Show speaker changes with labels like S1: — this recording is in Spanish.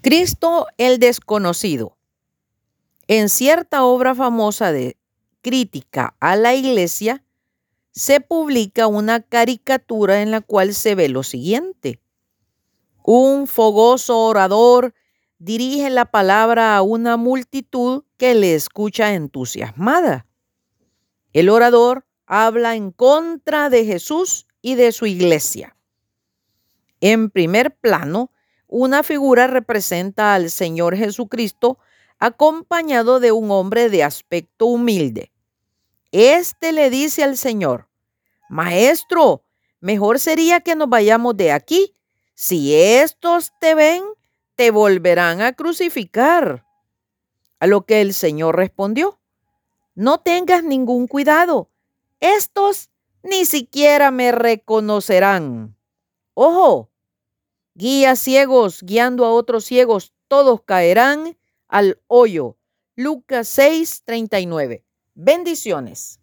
S1: Cristo el desconocido. En cierta obra famosa de crítica a la iglesia, se publica una caricatura en la cual se ve lo siguiente. Un fogoso orador dirige la palabra a una multitud que le escucha entusiasmada. El orador habla en contra de Jesús y de su iglesia. En primer plano, una figura representa al Señor Jesucristo acompañado de un hombre de aspecto humilde. Este le dice al Señor: Maestro, mejor sería que nos vayamos de aquí. Si estos te ven, te volverán a crucificar. A lo que el Señor respondió: No tengas ningún cuidado. Estos ni siquiera me reconocerán. Ojo, guías ciegos guiando a otros ciegos, todos caerán al hoyo. Lucas 6:39. Bendiciones.